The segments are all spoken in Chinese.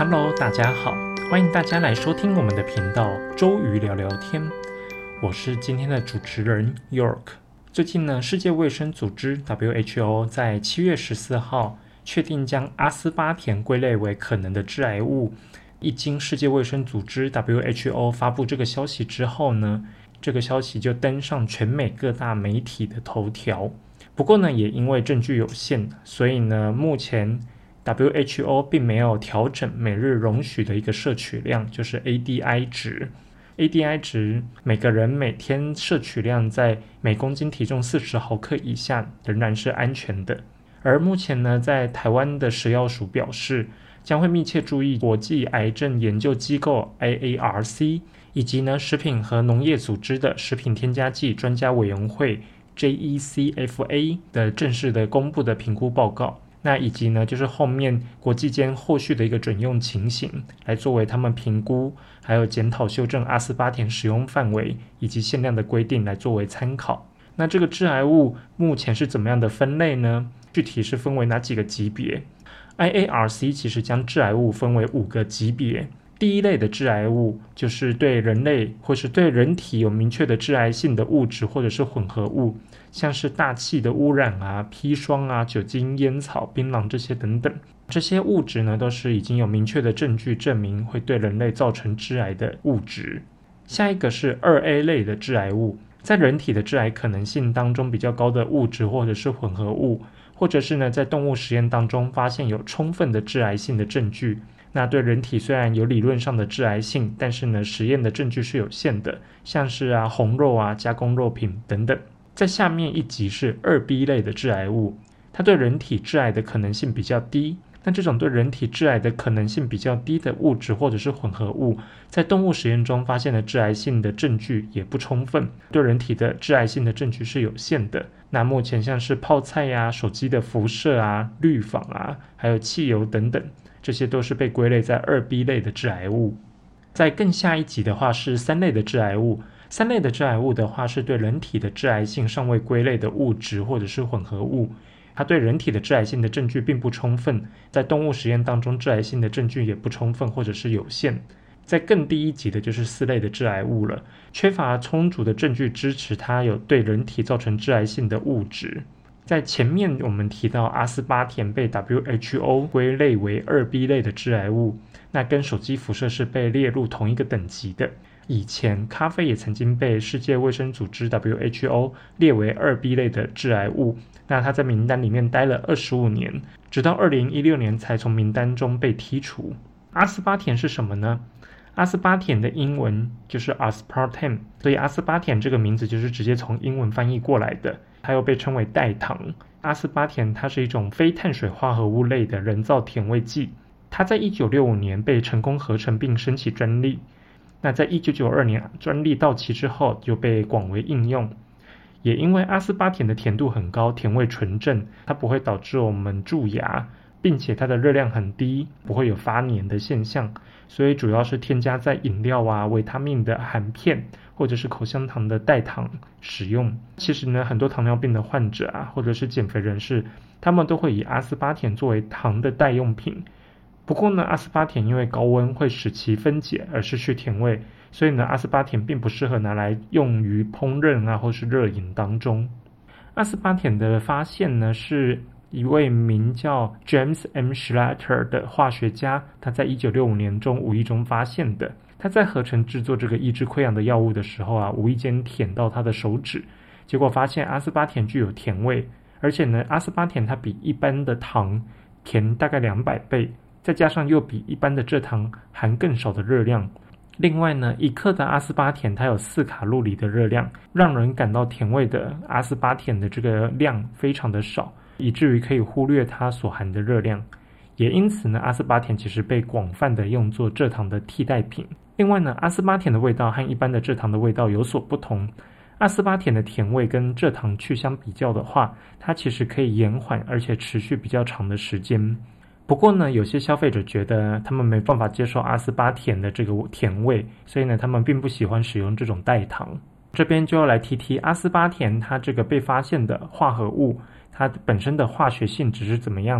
Hello， 大家好，欢迎大家来收听我们的频道周瑜聊聊天，我是今天的主持人 York。最近呢，世界卫生组织 WHO 在7月14号确定将阿斯巴甜归类为可能的致癌物。一经世界卫生组织 WHO 发布这个消息之后呢，这个消息就登上全美各大媒体的头条。不过呢，也因为证据有限，所以呢，目前 WHO 并没有调整每日容许的一个摄取量，就是 ADI 值。ADI 值每个人每天摄取量在每公斤体重40毫克以下仍然是安全的。而目前呢，在台湾的食药署表示，将会密切注意国际癌症研究机构 IARC 以及呢食品和农业组织的食品添加剂专家委员会 JECFA 的正式的公布的评估报告。那以及呢，就是后面国际间后续的一个准用情形，来作为他们评估，还有检讨修正阿斯巴甜使用范围以及限量的规定来作为参考。那这个致癌物目前是怎么样的分类呢？具体是分为哪几个级别？ IARC 其实将致癌物分为5个级别。第一类的致癌物就是对人类或是对人体有明确的致癌性的物质或者是混合物，像是大气的污染啊、砒霜啊、酒精、烟草、槟榔这些等等。这些物质呢，都是已经有明确的证据证明会对人类造成致癌的物质。下一个是2A 类的致癌物，在人体的致癌可能性当中比较高的物质或者是混合物，或者是呢在动物实验当中发现有充分的致癌性的证据。那对人体虽然有理论上的致癌性，但是呢实验的证据是有限的，像是红肉啊、加工肉品等等。在下面一级是2B 类的致癌物，它对人体致癌的可能性比较低。那这种对人体致癌的可能性比较低的物质或者是混合物，在动物实验中发现的致癌性的证据也不充分，对人体的致癌性的证据是有限的。那目前像是泡菜啊、手机的辐射啊、氯仿啊，还有汽油等等，这些都是被归类在2B 类的致癌物。在更下一级的话是3类的致癌物。3类的致癌物的话，是对人体的致癌性尚未归类的物质或者是混合物，它对人体的致癌性的证据并不充分，在动物实验当中致癌性的证据也不充分或者是有限。在更低一级的就是4类的致癌物了，缺乏充足的证据支持它有对人体造成致癌性的物质。在前面我们提到阿斯巴甜被 WHO 归类为2B 类的致癌物，那跟手机辐射是被列入同一个等级的。以前咖啡也曾经被世界卫生组织 WHO 列为2B 类的致癌物，那它在名单里面待了25年，直到2016年才从名单中被剔除。阿斯巴甜是什么呢？阿斯巴甜的英文就是 aspartame， 所以阿斯巴甜这个名字就是直接从英文翻译过来的，它又被称为代糖。阿斯巴甜它是一种非碳水化合物类的人造甜味剂，它在1965年被成功合成并申请专利。那在1992年专利到期之后就被广为应用。也因为阿斯巴甜的甜度很高，甜味纯正，它不会导致我们蛀牙，并且它的热量很低，不会有发黏的现象，所以主要是添加在饮料啊、维他命的含片或者是口香糖的代糖使用。其实呢，很多糖尿病的患者啊，或者是减肥人士，他们都会以阿斯巴甜作为糖的代用品。不过呢，阿斯巴甜因为高温会使其分解而失去甜味，所以呢，阿斯巴甜并不适合拿来用于烹饪啊或是热饮当中。阿斯巴甜的发现呢，是一位名叫 James M. Schlatter 的化学家，他在1965年中无意中发现的。他在合成制作这个抑制溃疡的药物的时候啊，无意间舔到他的手指，结果发现阿斯巴甜具有甜味，而且呢，阿斯巴甜它比一般的糖甜大概200倍，再加上又比一般的蔗糖含更少的热量。另外呢，1克的阿斯巴甜它有4卡路里的热量，让人感到甜味的阿斯巴甜的这个量非常的少，以至于可以忽略它所含的热量。也因此呢，阿斯巴甜其实被广泛的用作蔗糖的替代品。另外呢，阿斯巴甜的味道和一般的蔗糖的味道有所不同。阿斯巴甜的甜味跟蔗糖去相比较的话，它其实可以延缓而且持续比较长的时间。不过呢，有些消费者觉得他们没办法接受阿斯巴甜的这个甜味，所以呢，他们并不喜欢使用这种代糖。这边就要来提提阿斯巴甜它这个被发现的化合物，它本身的化学性质是怎么样子。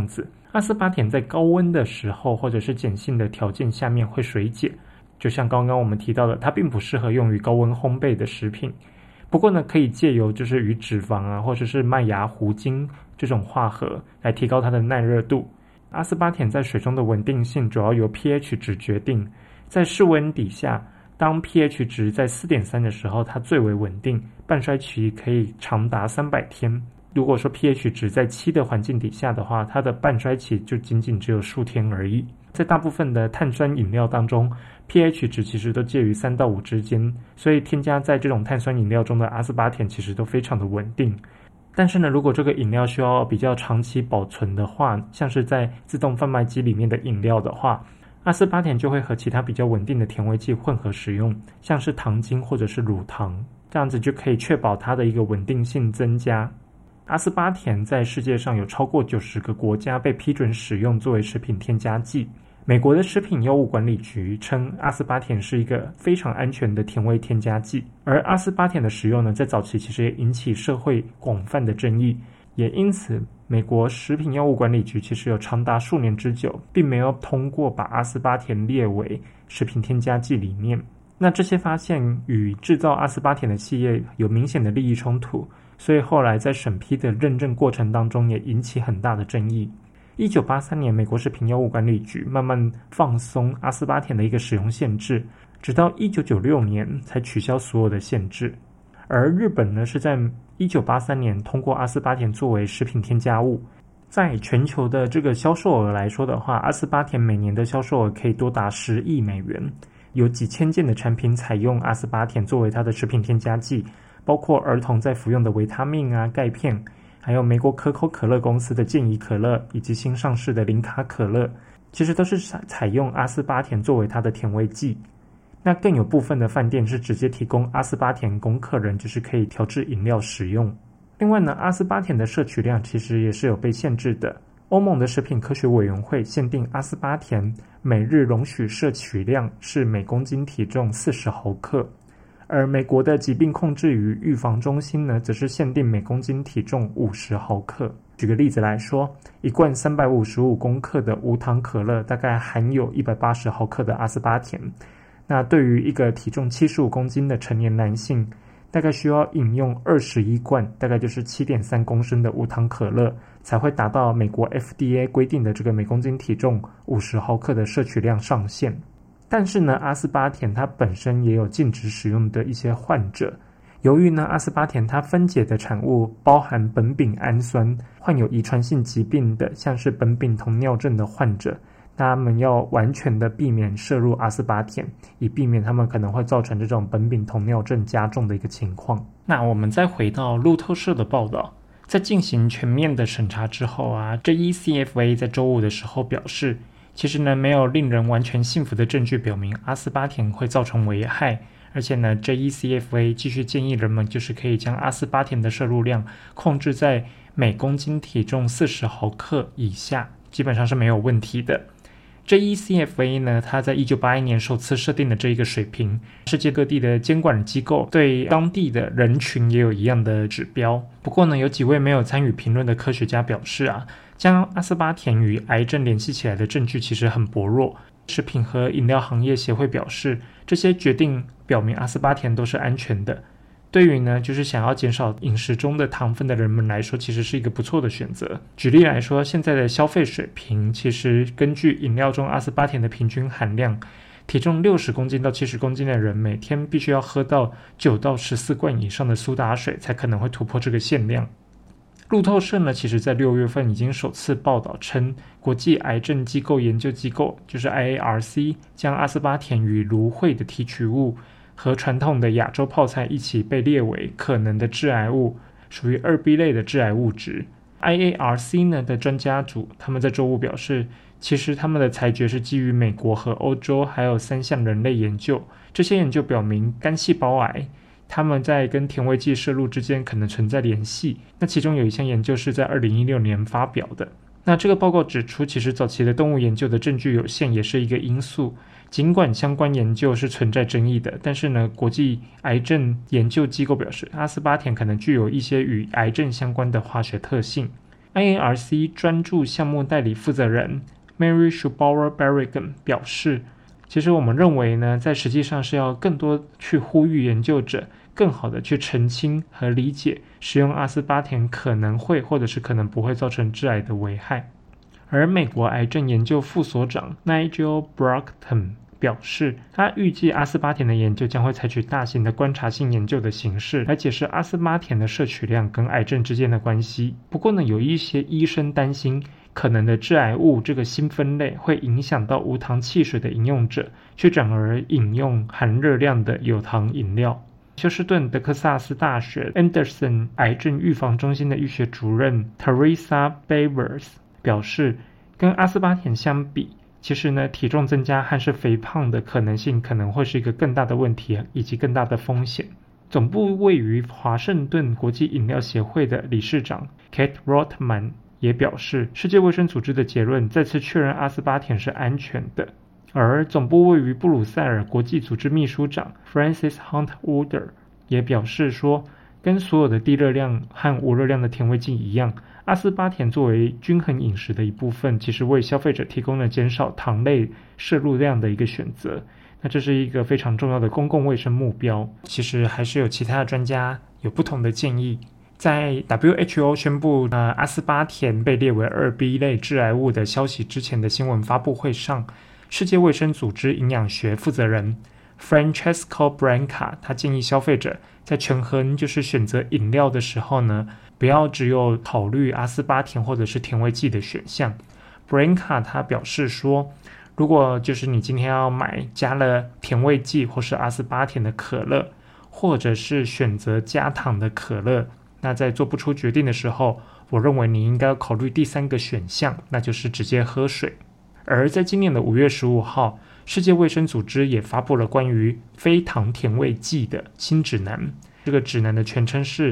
阿斯巴甜在高温的时候或者是碱性的条件下面会水解，就像刚刚我们提到的，它并不适合用于高温烘焙的食品。不过呢，可以借由就是与脂肪啊或者是麦芽糊精这种化合来提高它的耐热度。阿斯巴甜在水中的稳定性主要由 pH 值决定，在室温底下，当 pH 值在 4.3 的时候，它最为稳定，半衰期可以长达300天。如果说 pH 值在7的环境底下的话，它的半衰期就仅仅只有数天而已。在大部分的碳酸饮料当中， pH 值其实都介于3到5之间，所以添加在这种碳酸饮料中的阿斯巴甜其实都非常的稳定。但是呢，如果这个饮料需要比较长期保存的话，像是在自动贩卖机里面的饮料的话，阿斯巴甜就会和其他比较稳定的甜味剂混合使用，像是糖精或者是乳糖，这样子就可以确保它的一个稳定性增加。阿斯巴甜在世界上有超过90个国家被批准使用作为食品添加剂。美国的食品药物管理局称阿斯巴甜是一个非常安全的甜味添加剂，而阿斯巴甜的使用呢，在早期其实也引起社会广泛的争议，也因此美国食品药物管理局其实有长达数年之久，并没有通过把阿斯巴甜列为食品添加剂里面。那这些发现与制造阿斯巴甜的企业有明显的利益冲突，所以后来在审批的认证过程当中也引起很大的争议。1983年，美国食品药物管理局慢慢放松阿斯巴甜的一个使用限制，直到1996年才取消所有的限制。而日本呢，是在1983年通过阿斯巴甜作为食品添加物。在全球的这个销售额来说的话，阿斯巴甜每年的销售额可以多达10亿美元，有几千件的产品采用阿斯巴甜作为它的食品添加剂，包括儿童在服用的维他命啊、钙片，还有美国可口可乐公司的健怡可乐以及新上市的零卡可乐，其实都是采用阿斯巴甜作为它的甜味剂。那更有部分的饭店是直接提供阿斯巴甜供客人就是可以调制饮料使用。另外呢，阿斯巴甜的摄取量其实也是有被限制的。欧盟的食品科学委员会限定阿斯巴甜每日容许摄取量是每公斤体重40毫克，而美国的疾病控制与预防中心呢，则是限定每公斤体重50毫克。举个例子来说，一罐355公克的无糖可乐大概含有180毫克的阿斯巴甜。那对于一个体重75公斤的成年男性，大概需要饮用21罐，大概就是 7.3 公升的无糖可乐，才会达到美国 FDA 规定的这个每公斤体重50毫克的摄取量上限。但是呢，阿斯巴甜它本身也有禁止使用的一些患者。由于呢，阿斯巴甜它分解的产物包含苯丙氨酸，患有遗传性疾病的，像是苯丙酮尿症的患者，他们要完全的避免摄入阿斯巴甜，以避免他们可能会造成这种苯丙酮尿症加重的一个情况。那我们再回到路透社的报道，在进行全面的审查之后啊， JECFA 在周五的时候表示，其实呢，没有令人完全信服的证据表明阿斯巴甜会造成危害，而且呢 JECFA 继续建议人们就是可以将阿斯巴甜的摄入量控制在每公斤体重40毫克以下，基本上是没有问题的。JECFA 呢，它在1981年首次设定的这一个水平，世界各地的监管机构对当地的人群也有一样的指标。不过呢，有几位没有参与评论的科学家表示啊，将阿斯巴甜与癌症联系起来的证据其实很薄弱。食品和饮料行业协会表示，这些决定表明阿斯巴甜都是安全的。对于呢，就是想要减少饮食中的糖分的人们来说，其实是一个不错的选择。举例来说，现在的消费水平，其实根据饮料中阿斯巴甜的平均含量，体重60公斤到70公斤的人每天必须要喝到9到14罐以上的苏打水，才可能会突破这个限量。路透社呢，其实在6月份已经首次报道称，国际癌症机构研究机构就是 IARC 将阿斯巴甜与芦荟的提取物和传统的亚洲泡菜一起被列为可能的致癌物，属于2B 类的致癌物质。IARC 呢的专家组，他们在周五表示，其实他们的裁决是基于美国和欧洲还有3项人类研究。这些研究表明，肝细胞癌他们在跟甜味剂摄入之间可能存在联系。那其中有一项研究是在2016年发表的。那这个报告指出，其实早期的动物研究的证据有限也是一个因素。尽管相关研究是存在争议的，但是呢，国际癌症研究机构表示，阿斯巴甜可能具有一些与癌症相关的化学特性。 IARC 专注项目代理负责人 Mary Schubauer Berrigan 表示，其实我们认为呢，在实际上是要更多去呼吁研究者更好的去澄清和理解使用阿斯巴甜可能会或者是可能不会造成致癌的危害。而美国癌症研究副所长 Nigel Brockton 表示，他预计阿斯巴甜的研究将会采取大型的观察性研究的形式来解释阿斯巴甜的摄取量跟癌症之间的关系。不过呢，有一些医生担心可能的致癌物这个新分类会影响到无糖汽水的饮用者，却转而饮用含热量的有糖饮料。休斯顿德克萨斯大学 Anderson 癌症预防中心的医学主任 Teresa Bevers 表示，跟阿斯巴甜相比，其实呢，体重增加和是肥胖的可能性可能会是一个更大的问题以及更大的风险。总部位于华盛顿国际饮料协会的理事长 Kate Rotman 也表示，世界卫生组织的结论再次确认阿斯巴甜是安全的。而总部位于布鲁塞尔国际组织秘书长 Francis Hunt Woodard 也表示说，跟所有的低热量和无热量的甜味剂一样，阿斯巴甜作为均衡饮食的一部分，其实为消费者提供了减少糖类摄入量的一个选择。那这是一个非常重要的公共卫生目标。其实还是有其他的专家有不同的建议。在 WHO 宣布阿斯巴甜被列为2B 类致癌物的消息之前的新闻发布会上，世界卫生组织营养学负责人 Francesco Branca 他建议消费者在权衡就是选择饮料的时候呢，不要只有考虑阿斯巴甜或者是甜味剂的选项。Branca 他表示说，如果就是你今天要买加了甜味剂或是阿斯巴甜的可乐，或者是选择加糖的可乐，那在做不出决定的时候，我认为你应该要考虑第三个选项，那就是直接喝水。而在今年的5月15号，世界卫生组织也发布了关于非糖甜味剂的新指南。这个指南的全称是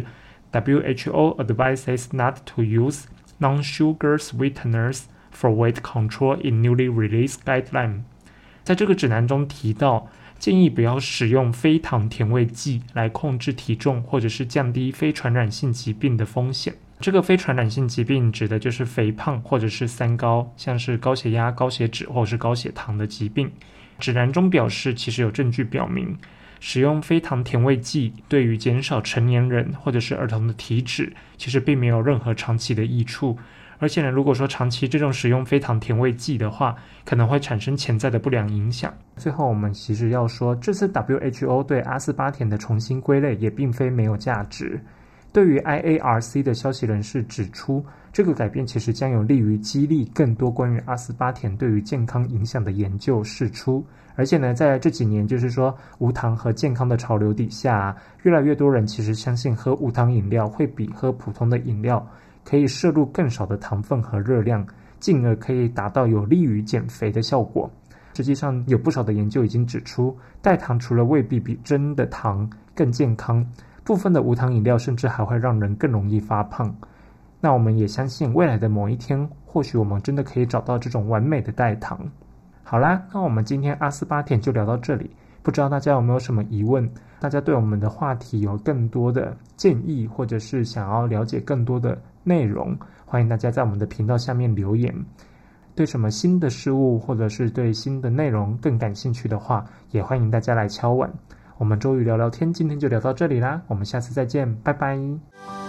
WHO advises not to use non-sugar sweeteners for weight control in newly released guideline。在这个指南中提到，建议不要使用非糖甜味剂来控制体重或者是降低非传染性疾病的风险。这个非传染性疾病指的就是肥胖或者是三高，像是高血压、高血脂或是高血糖的疾病。指南中表示，其实有证据表明，使用非糖甜味剂对于减少成年人或者是儿童的体脂，其实并没有任何长期的益处。而且呢，如果说长期这种使用非糖甜味剂的话，可能会产生潜在的不良影响。最后我们其实要说，这次 WHO 对阿斯巴甜的重新归类也并非没有价值。对于 IARC 的消息人士指出，这个改变其实将有利于激励更多关于阿斯巴甜对于健康影响的研究释出。而且呢，在这几年就是说无糖和健康的潮流底下，越来越多人其实相信喝无糖饮料会比喝普通的饮料可以摄入更少的糖分和热量，进而可以达到有利于减肥的效果。实际上有不少的研究已经指出，代糖除了未必比真的糖更健康，部分的无糖饮料甚至还会让人更容易发胖。那我们也相信未来的某一天，或许我们真的可以找到这种完美的代糖。好啦，那我们今天阿斯巴甜就聊到这里，不知道大家有没有什么疑问？大家对我们的话题有更多的建议，或者是想要了解更多的内容，欢迎大家在我们的频道下面留言。对什么新的事物或者是对新的内容更感兴趣的话，也欢迎大家来敲碗。我们周瑜聊聊天今天就聊到这里啦，我们下次再见，拜拜。